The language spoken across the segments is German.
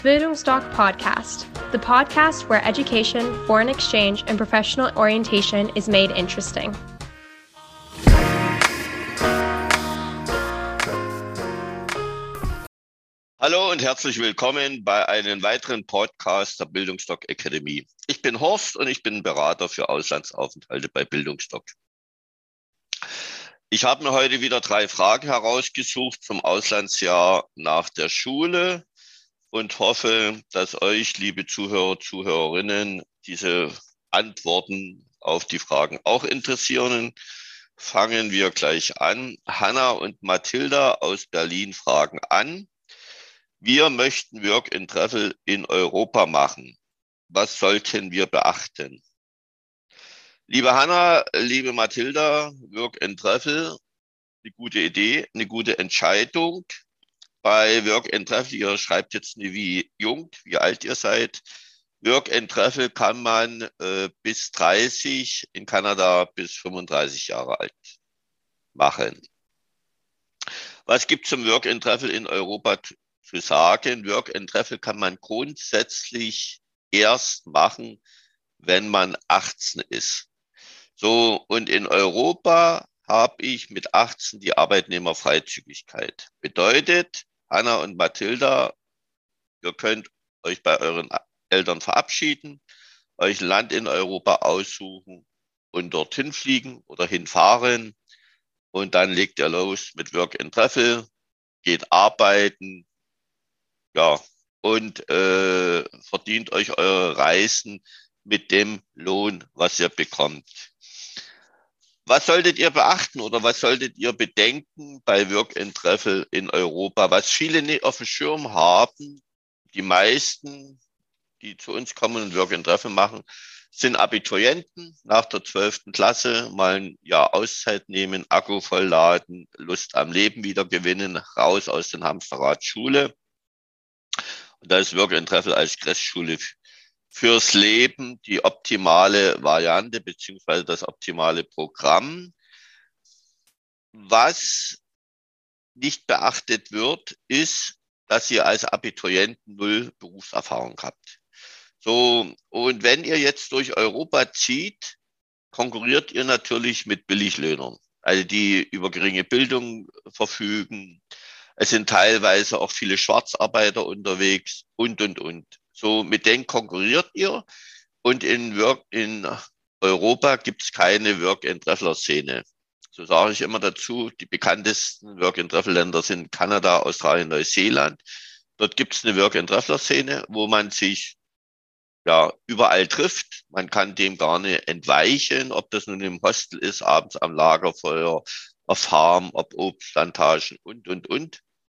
Bildungsdoc Podcast, the podcast where education, foreign exchange, and professional orientation is made interesting. Hallo und herzlich willkommen bei einem weiteren Podcast der Bildungsdoc Academy. Ich bin Horst und ich bin Berater für Auslandsaufenthalte bei Bildungsdoc. Ich habe mir heute wieder 3 Fragen herausgesucht zum Auslandsjahr nach der Schule und hoffe, dass euch, liebe Zuhörer, Zuhörerinnen, diese Antworten auf die Fragen auch interessieren. Fangen wir gleich an. Hanna und Mathilda aus Berlin fragen an: Wir möchten Work and Travel in Europa machen. Was sollten wir beachten? Liebe Hanna, liebe Mathilda, Work and Travel, eine gute Idee, eine gute Entscheidung. Bei Work and Travel, ihr schreibt jetzt nicht, wie jung, wie alt ihr seid. Work and Travel kann man bis 30, in Kanada bis 35 Jahre alt machen. Was gibt es zum Work and Travel in Europa zu sagen? Work and Travel kann man grundsätzlich erst machen, wenn man 18 ist. So, und in Europa habe ich mit 18 die Arbeitnehmerfreizügigkeit. Bedeutet, Hanna und Mathilda, ihr könnt euch bei euren Eltern verabschieden, euch ein Land in Europa aussuchen und dorthin fliegen oder hinfahren. Und dann legt ihr los mit Work and Travel, geht arbeiten, ja, und verdient euch eure Reisen mit dem Lohn, was ihr bekommt. Was solltet ihr beachten oder was solltet ihr bedenken bei Work and Travel in Europa? Was viele nicht auf dem Schirm haben, die meisten, die zu uns kommen und Work and Travel machen, sind Abiturienten nach der 12. Klasse, mal ein Jahr Auszeit nehmen, Akku vollladen, Lust am Leben wieder gewinnen, raus aus dem Hamsterrad Schule. Und da ist Work and Travel als Crashschule fürs Leben die optimale Variante beziehungsweise das optimale Programm. Was nicht beachtet wird, ist, dass ihr als Abiturienten 0 Berufserfahrung habt. So, und wenn ihr jetzt durch Europa zieht, konkurriert ihr natürlich mit Billiglöhnern, also die über geringe Bildung verfügen. Es sind teilweise auch viele Schwarzarbeiter unterwegs und. So, mit denen konkurriert ihr. Und in Europa gibt es keine Work-and-Traveler-Szene. So sage ich immer dazu, die bekanntesten Work-and-Travel-Länder sind Kanada, Australien, Neuseeland. Dort gibt es eine Work-and-Traveler-Szene, wo man sich ja überall trifft. Man kann dem gar nicht entweichen, ob das nun im Hostel ist, abends am Lagerfeuer, auf Farm, ob Obstplantagen und. Und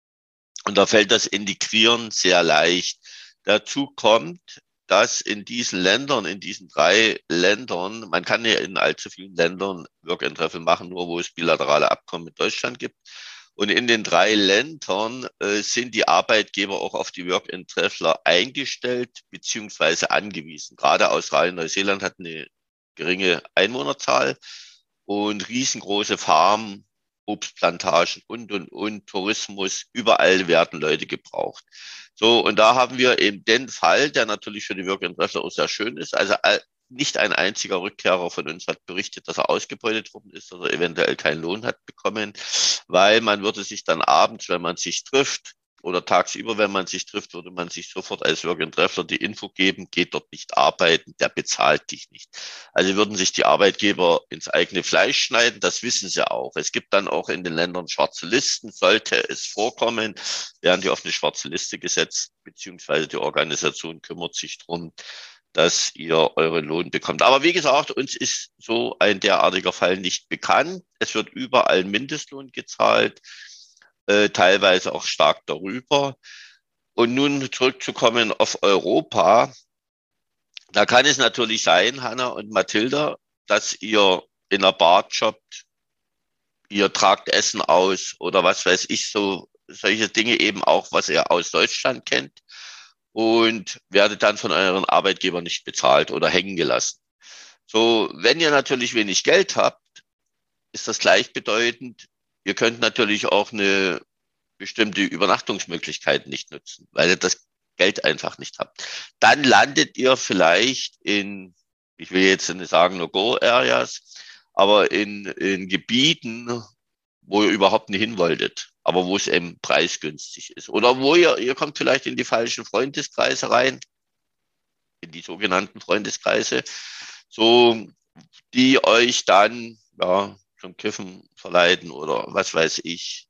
da fällt das Integrieren sehr leicht. Dazu kommt, dass in diesen Ländern, in diesen 3 Ländern, man kann ja in allzu vielen Ländern Work and Travel machen, nur wo es bilaterale Abkommen mit Deutschland gibt. Und in den 3 Ländern sind die Arbeitgeber auch auf die Work and Traveler eingestellt beziehungsweise angewiesen. Gerade Australien, Neuseeland hat eine geringe Einwohnerzahl und riesengroße Farmen, Obstplantagen und Tourismus. Überall werden Leute gebraucht. So, und da haben wir eben den Fall, der natürlich für die Work and Traveler auch sehr schön ist. Also nicht ein einziger Rückkehrer von uns hat berichtet, dass er ausgebeutet worden ist oder eventuell keinen Lohn hat bekommen, weil man würde sich dann abends, wenn man sich trifft, oder tagsüber, wenn man sich trifft, würde man sich sofort als Work and Traveler die Info geben, geht dort nicht arbeiten, der bezahlt dich nicht. Also würden sich die Arbeitgeber ins eigene Fleisch schneiden, das wissen sie auch. Es gibt dann auch in den Ländern schwarze Listen, sollte es vorkommen, werden die auf eine schwarze Liste gesetzt, beziehungsweise die Organisation kümmert sich drum, dass ihr euren Lohn bekommt. Aber wie gesagt, uns ist so ein derartiger Fall nicht bekannt. Es wird überall Mindestlohn gezahlt, teilweise auch stark darüber. Und nun zurückzukommen auf Europa. Da kann es natürlich sein, Hanna und Mathilda, dass ihr in einer Bar jobbt, ihr tragt Essen aus oder was weiß ich, so solche Dinge eben auch, was ihr aus Deutschland kennt und werdet dann von euren Arbeitgebern nicht bezahlt oder hängen gelassen. So, wenn ihr natürlich wenig Geld habt, ist das gleichbedeutend. Ihr könnt natürlich auch eine bestimmte Übernachtungsmöglichkeit nicht nutzen, weil das Geld einfach nicht habt. Dann landet ihr vielleicht in, ich will jetzt nicht sagen No-Go-Areas, aber in Gebieten, wo ihr überhaupt nicht hin wolltet, aber wo es eben preisgünstig ist. Oder wo ihr kommt vielleicht in die falschen Freundeskreise rein, in die sogenannten Freundeskreise, so die euch dann ja zum Kiffen verleiten oder was weiß ich.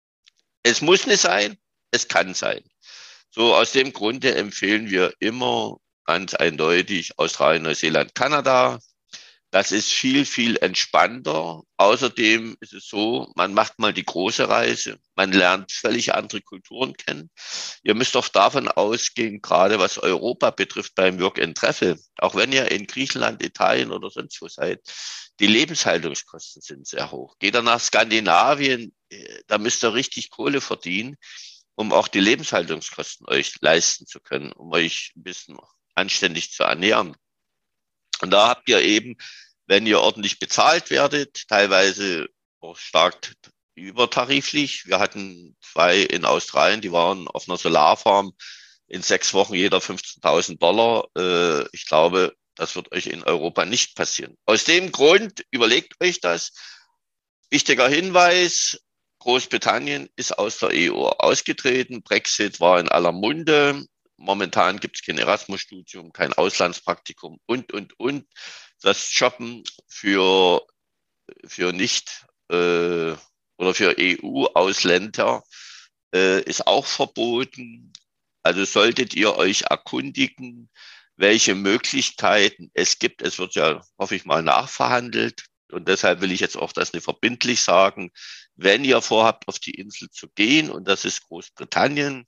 Es muss nicht sein, es kann sein. So aus dem Grunde empfehlen wir immer ganz eindeutig Australien, Neuseeland, Kanada. Das ist viel, viel entspannter. Außerdem ist es so, man macht mal die große Reise, man lernt völlig andere Kulturen kennen. Ihr müsst doch davon ausgehen, gerade was Europa betrifft beim Work and Travel, auch wenn ihr in Griechenland, Italien oder sonst wo seid, die Lebenshaltungskosten sind sehr hoch. Geht ihr nach Skandinavien, da müsst ihr richtig Kohle verdienen, um auch die Lebenshaltungskosten euch leisten zu können, um euch ein bisschen anständig zu ernähren. Und da habt ihr eben, wenn ihr ordentlich bezahlt werdet, teilweise auch stark übertariflich. Wir hatten 2 in Australien, die waren auf einer Solarfarm in 6 Wochen jeder $15.000. Ich glaube, das wird euch in Europa nicht passieren. Aus dem Grund überlegt euch das. Wichtiger Hinweis, Großbritannien ist aus der EU ausgetreten. Brexit war in aller Munde. Momentan gibt es kein Erasmus-Studium, kein Auslandspraktikum und. Das Shoppen für nicht oder für EU-Ausländer ist auch verboten. Also solltet ihr euch erkundigen, welche Möglichkeiten es gibt. Es wird ja, hoffe ich mal, nachverhandelt. Und deshalb will ich jetzt auch das nicht verbindlich sagen. Wenn ihr vorhabt, auf die Insel zu gehen, und das ist Großbritannien,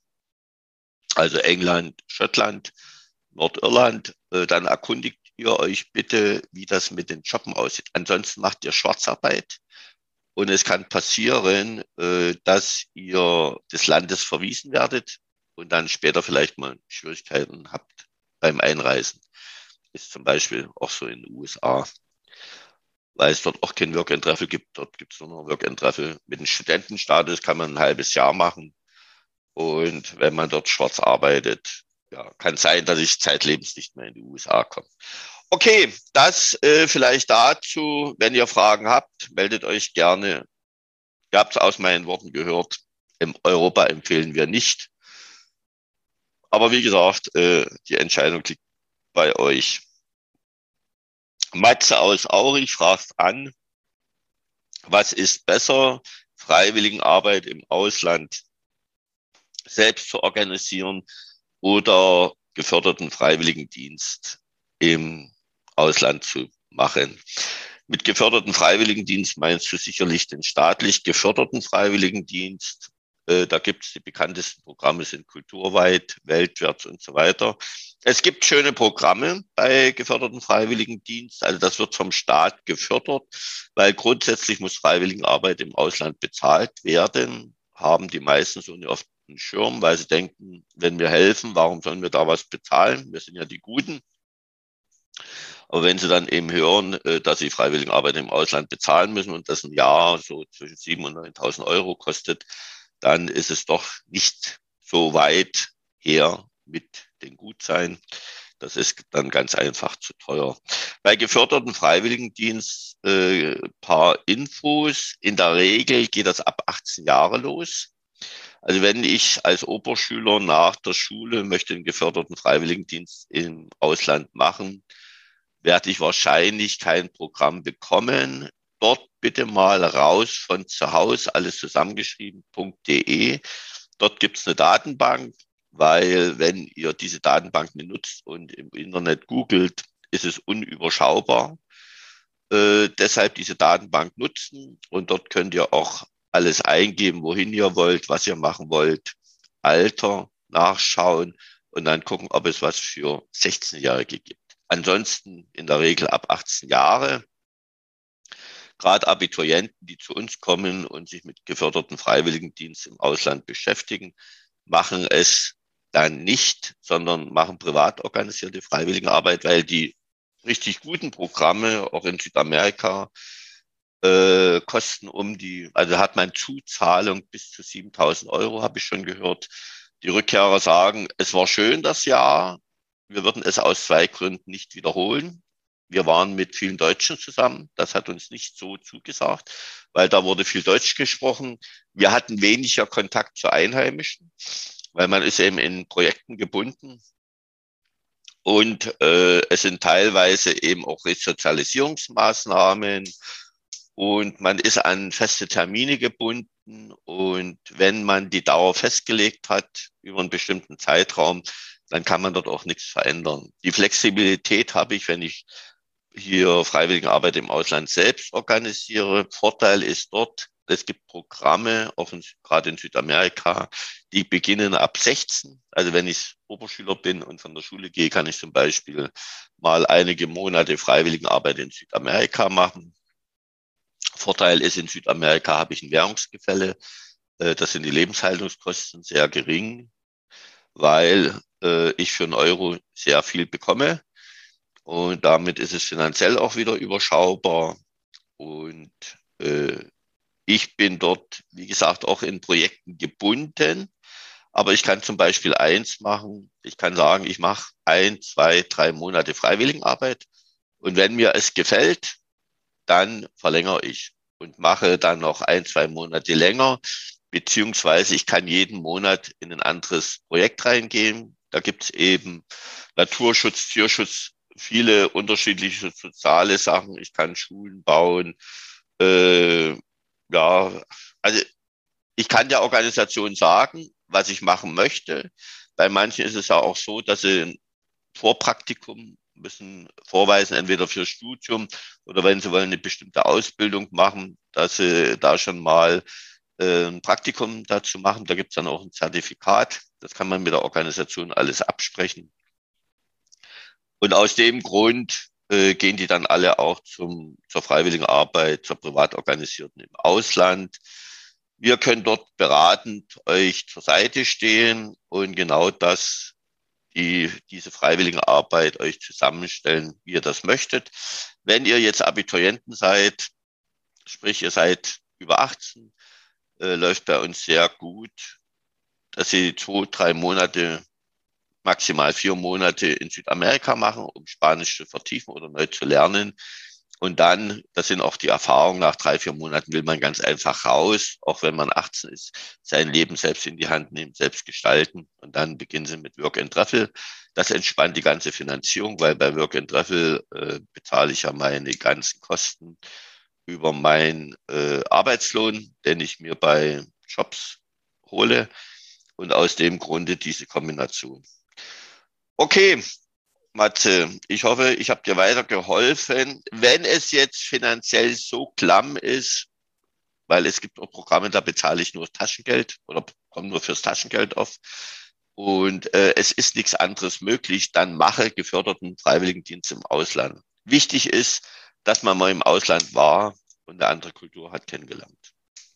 also England, Schottland, Nordirland, dann erkundigt ihr euch bitte, wie das mit den Jobben aussieht. Ansonsten macht ihr Schwarzarbeit und es kann passieren, dass ihr des Landes verwiesen werdet und dann später vielleicht mal Schwierigkeiten habt beim Einreisen. Ist zum Beispiel auch so in den USA, weil es dort auch kein Work and Travel gibt. Dort gibt es nur noch Work and Travel. Mit dem Studentenstatus kann man ein halbes Jahr machen. Und wenn man dort schwarz arbeitet, ja, kann sein, dass ich zeitlebens nicht mehr in die USA komme. Okay, das vielleicht dazu. Wenn ihr Fragen habt, meldet euch gerne. Ihr habt es aus meinen Worten gehört. Im Europa empfehlen wir nicht. Aber wie gesagt, die Entscheidung liegt bei euch. Matze aus Aurich fragt an, was ist besser, Freiwilligenarbeit im Ausland selbst zu organisieren oder geförderten Freiwilligendienst im Ausland zu machen. Mit geförderten Freiwilligendienst meinst du sicherlich den staatlich geförderten Freiwilligendienst. Da gibt es die bekanntesten Programme, sind Kulturweit, Weltwärts und so weiter. Es gibt schöne Programme bei geförderten Freiwilligendienst. Also das wird vom Staat gefördert, weil grundsätzlich muss Freiwilligenarbeit im Ausland bezahlt werden. Haben die meisten so oft einen Schirm, weil sie denken, wenn wir helfen, warum sollen wir da was bezahlen? Wir sind ja die Guten. Aber wenn sie dann eben hören, dass sie Freiwilligenarbeit im Ausland bezahlen müssen und das ein Jahr so zwischen 7.000 und 9.000 Euro kostet, dann ist es doch nicht so weit her mit den Gutsein. Das ist dann ganz einfach zu teuer. Bei geförderten Freiwilligendienst paar Infos. In der Regel geht das ab 18 Jahre los. Also wenn ich als Oberschüler nach der Schule möchte einen geförderten Freiwilligendienst im Ausland machen, werde ich wahrscheinlich kein Programm bekommen. Dort bitte mal raus von zu Hause, alles zusammengeschrieben.de. Dort gibt es eine Datenbank, weil wenn ihr diese Datenbank benutzt und im Internet googelt, ist es unüberschaubar. Deshalb diese Datenbank nutzen und dort könnt ihr auch alles eingeben, wohin ihr wollt, was ihr machen wollt, Alter nachschauen und dann gucken, ob es was für 16-Jährige gibt. Ansonsten in der Regel ab 18 Jahre. Gerade Abiturienten, die zu uns kommen und sich mit geförderten Freiwilligendienst im Ausland beschäftigen, machen es dann nicht, sondern machen privat organisierte Freiwilligenarbeit, weil die richtig guten Programme, auch in Südamerika, kosten also hat man Zuzahlung bis zu 7.000 Euro, habe ich schon gehört. Die Rückkehrer sagen, es war schön das Jahr. Wir würden es aus 2 Gründen nicht wiederholen. Wir waren mit vielen Deutschen zusammen. Das hat uns nicht so zugesagt, weil da wurde viel Deutsch gesprochen. Wir hatten weniger Kontakt zu Einheimischen, weil man ist eben in Projekten gebunden. Und es sind teilweise eben auch Resozialisierungsmaßnahmen und man ist an feste Termine gebunden. Und wenn man die Dauer festgelegt hat über einen bestimmten Zeitraum, dann kann man dort auch nichts verändern. Die Flexibilität habe ich, wenn ich hier Freiwilligenarbeit im Ausland selbst organisiere. Vorteil ist dort, es gibt Programme, gerade in Südamerika, die beginnen ab 16. Also wenn ich Oberschüler bin und von der Schule gehe, kann ich zum Beispiel mal einige Monate Freiwilligenarbeit in Südamerika machen. Vorteil ist, in Südamerika habe ich ein Währungsgefälle. Das sind die Lebenshaltungskosten sehr gering, weil ich für einen Euro sehr viel bekomme. Und damit ist es finanziell auch wieder überschaubar. Und ich bin dort, wie gesagt, auch in Projekten gebunden. Aber ich kann zum Beispiel eins machen. Ich kann sagen, ich mache 1, 2, 3 Monate Freiwilligenarbeit. Und wenn mir es gefällt, dann verlängere ich und mache dann noch 1, 2 Monate länger. Beziehungsweise ich kann jeden Monat in ein anderes Projekt reingehen. Da gibt es eben Naturschutz, Tierschutz, viele unterschiedliche soziale Sachen. Ich kann Schulen bauen. Ja, also ich kann der Organisation sagen, was ich machen möchte. Bei manchen ist es ja auch so, dass sie ein Vorpraktikum müssen vorweisen, entweder fürs Studium oder wenn sie wollen eine bestimmte Ausbildung machen, dass sie da schon mal ein Praktikum dazu machen. Da gibt es dann auch ein Zertifikat. Das kann man mit der Organisation alles absprechen. Und aus dem Grund gehen die dann alle auch zur freiwilligen Arbeit, zur privat organisierten im Ausland. Wir können dort beratend euch zur Seite stehen und genau das, diese freiwillige Arbeit euch zusammenstellen, wie ihr das möchtet. Wenn ihr jetzt Abiturienten seid, sprich ihr seid über 18, läuft bei uns sehr gut, dass sie 2, 3 Monate, maximal 4 Monate in Südamerika machen, um Spanisch zu vertiefen oder neu zu lernen. Und dann, das sind auch die Erfahrungen, nach 3, 4 Monaten will man ganz einfach raus, auch wenn man 18 ist, sein Leben selbst in die Hand nehmen, selbst gestalten. Und dann beginnen sie mit Work and Travel. Das entspannt die ganze Finanzierung, weil bei Work and Travel bezahle ich ja meine ganzen Kosten über meinen Arbeitslohn, den ich mir bei Jobs hole. Und aus dem Grunde diese Kombination. Okay, Matze, ich hoffe, ich habe dir weitergeholfen. Wenn es jetzt finanziell so klamm ist, weil es gibt auch Programme, da bezahle ich nur Taschengeld oder komme nur fürs Taschengeld auf und es ist nichts anderes möglich, dann mache geförderten Freiwilligendienst im Ausland. Wichtig ist, dass man mal im Ausland war und eine andere Kultur hat kennengelernt.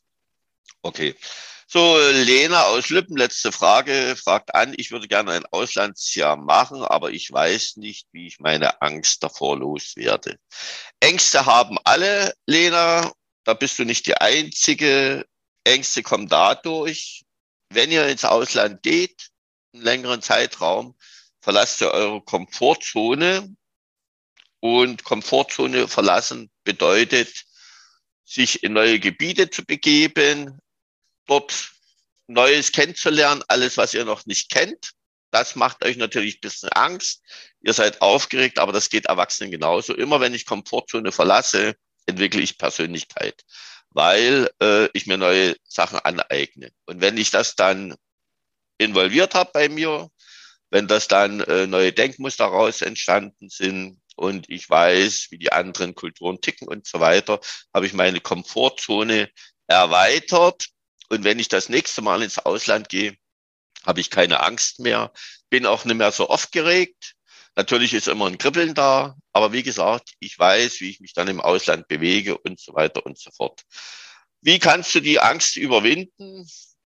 Okay. So, Lena aus Lübben, letzte Frage, fragt an, ich würde gerne ein Auslandsjahr machen, aber ich weiß nicht, wie ich meine Angst davor loswerde. Ängste haben alle, Lena, da bist du nicht die Einzige. Ängste kommen dadurch, wenn ihr ins Ausland geht, einen längeren Zeitraum, verlasst ihr eure Komfortzone und Komfortzone verlassen bedeutet, sich in neue Gebiete zu begeben, dort Neues kennenzulernen, alles, was ihr noch nicht kennt. Das macht euch natürlich ein bisschen Angst. Ihr seid aufgeregt, aber das geht Erwachsenen genauso. Immer wenn ich Komfortzone verlasse, entwickle ich Persönlichkeit, weil ich mir neue Sachen aneigne. Und wenn ich das dann involviert habe bei mir, wenn das dann neue Denkmuster daraus entstanden sind und ich weiß, wie die anderen Kulturen ticken und so weiter, habe ich meine Komfortzone erweitert. Und wenn ich das nächste Mal ins Ausland gehe, habe ich keine Angst mehr, bin auch nicht mehr so aufgeregt. Natürlich ist immer ein Kribbeln da, aber wie gesagt, ich weiß, wie ich mich dann im Ausland bewege und so weiter und so fort. Wie kannst du die Angst überwinden?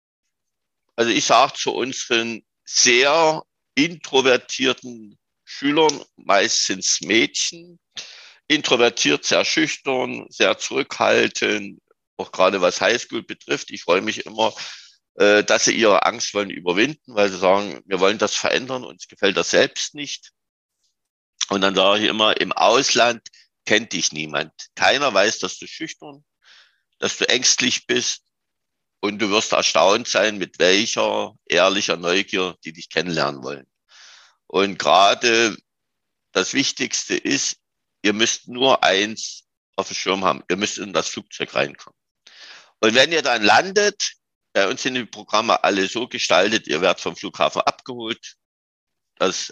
Also ich sage zu unseren sehr introvertierten Schülern, meist sind es Mädchen, introvertiert, sehr schüchtern, sehr zurückhaltend, auch gerade was Highschool betrifft. Ich freue mich immer, dass sie ihre Angst wollen überwinden, weil sie sagen, wir wollen das verändern, uns gefällt das selbst nicht. Und dann sage ich immer, im Ausland kennt dich niemand. Keiner weiß, dass du schüchtern, dass du ängstlich bist und du wirst erstaunt sein, mit welcher ehrlicher Neugier die dich kennenlernen wollen. Und gerade das Wichtigste ist, ihr müsst nur eins auf dem Schirm haben. Ihr müsst in das Flugzeug reinkommen. Und wenn ihr dann landet, bei uns sind die Programme alle so gestaltet, ihr werdet vom Flughafen abgeholt. Das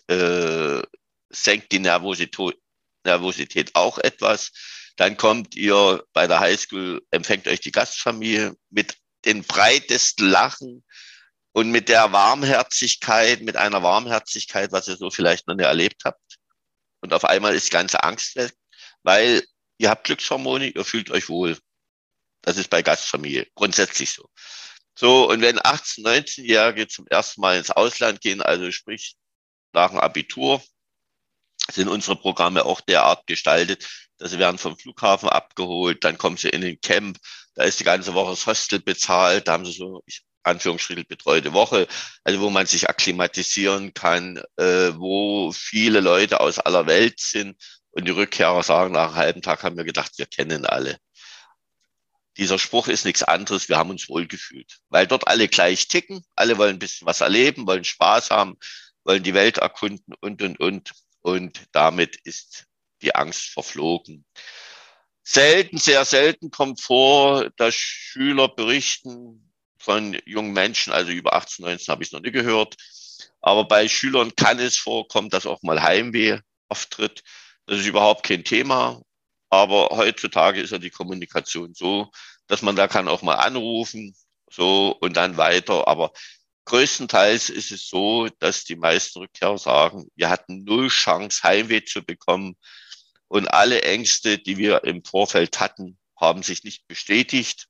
senkt die Nervosität auch etwas. Dann kommt ihr bei der Highschool, empfängt euch die Gastfamilie mit den breitesten Lachen und mit der Warmherzigkeit, mit einer Warmherzigkeit, was ihr so vielleicht noch nicht erlebt habt. Und auf einmal ist die ganze Angst weg, weil ihr habt Glückshormone, ihr fühlt euch wohl. Das ist bei Gastfamilie grundsätzlich so. So, und wenn 18-, 19-Jährige zum ersten Mal ins Ausland gehen, also sprich nach dem Abitur, sind unsere Programme auch derart gestaltet, dass sie werden vom Flughafen abgeholt, dann kommen sie in den Camp, da ist die ganze Woche das Hostel bezahlt, da haben sie so, Anführungsstrichen, betreute Woche, also wo man sich akklimatisieren kann, wo viele Leute aus aller Welt sind und die Rückkehrer sagen, nach einem halben Tag haben wir gedacht, wir kennen alle. Dieser Spruch ist nichts anderes, wir haben uns wohlgefühlt, weil dort alle gleich ticken, alle wollen ein bisschen was erleben, wollen Spaß haben, wollen die Welt erkunden und. Und damit ist die Angst verflogen. Selten, sehr selten kommt vor, dass Schüler berichten von jungen Menschen, also über 18, 19 habe ich noch nie gehört. Aber bei Schülern kann es vorkommen, dass auch mal Heimweh auftritt. Das ist überhaupt kein Thema. Aber heutzutage ist ja die Kommunikation so, dass man da kann auch mal anrufen, so und dann weiter. Aber größtenteils ist es so, dass die meisten Rückkehrer sagen, wir hatten null Chance, Heimweh zu bekommen. Und alle Ängste, die wir im Vorfeld hatten, haben sich nicht bestätigt.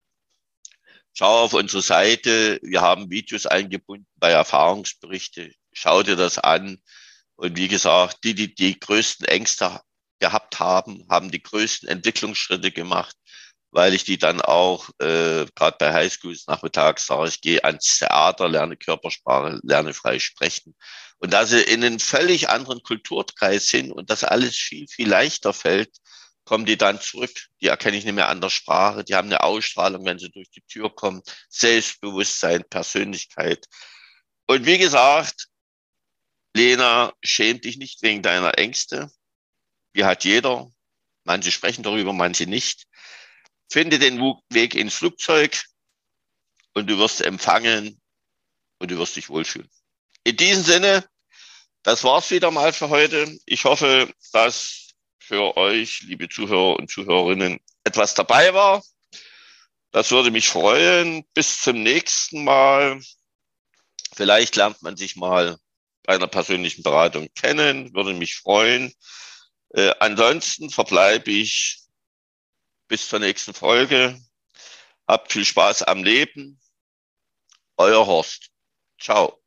Schau auf unsere Seite, wir haben Videos eingebunden bei Erfahrungsberichte. Schau dir das an. Und wie gesagt, die größten Ängste gehabt haben, haben die größten Entwicklungsschritte gemacht, weil ich die dann auch, gerade bei Highschools nachmittags sage, ich gehe ans Theater, lerne Körpersprache, lerne frei sprechen. Und da sie in einen völlig anderen Kulturkreis sind und das alles viel, viel leichter fällt, kommen die dann zurück. Die erkenne ich nicht mehr an der Sprache. Die haben eine Ausstrahlung, wenn sie durch die Tür kommen. Selbstbewusstsein, Persönlichkeit. Und wie gesagt, Lena, schäm dich nicht wegen deiner Ängste. Die hat jeder. Manche sprechen darüber, manche nicht. Finde den Weg ins Flugzeug und du wirst empfangen und du wirst dich wohlfühlen. In diesem Sinne, das war's wieder mal für heute. Ich hoffe, dass für euch, liebe Zuhörer und Zuhörerinnen, etwas dabei war. Das würde mich freuen. Bis zum nächsten Mal. Vielleicht lernt man sich mal bei einer persönlichen Beratung kennen. Würde mich freuen. Ansonsten verbleibe ich bis zur nächsten Folge. Habt viel Spaß am Leben. Euer Horst. Ciao.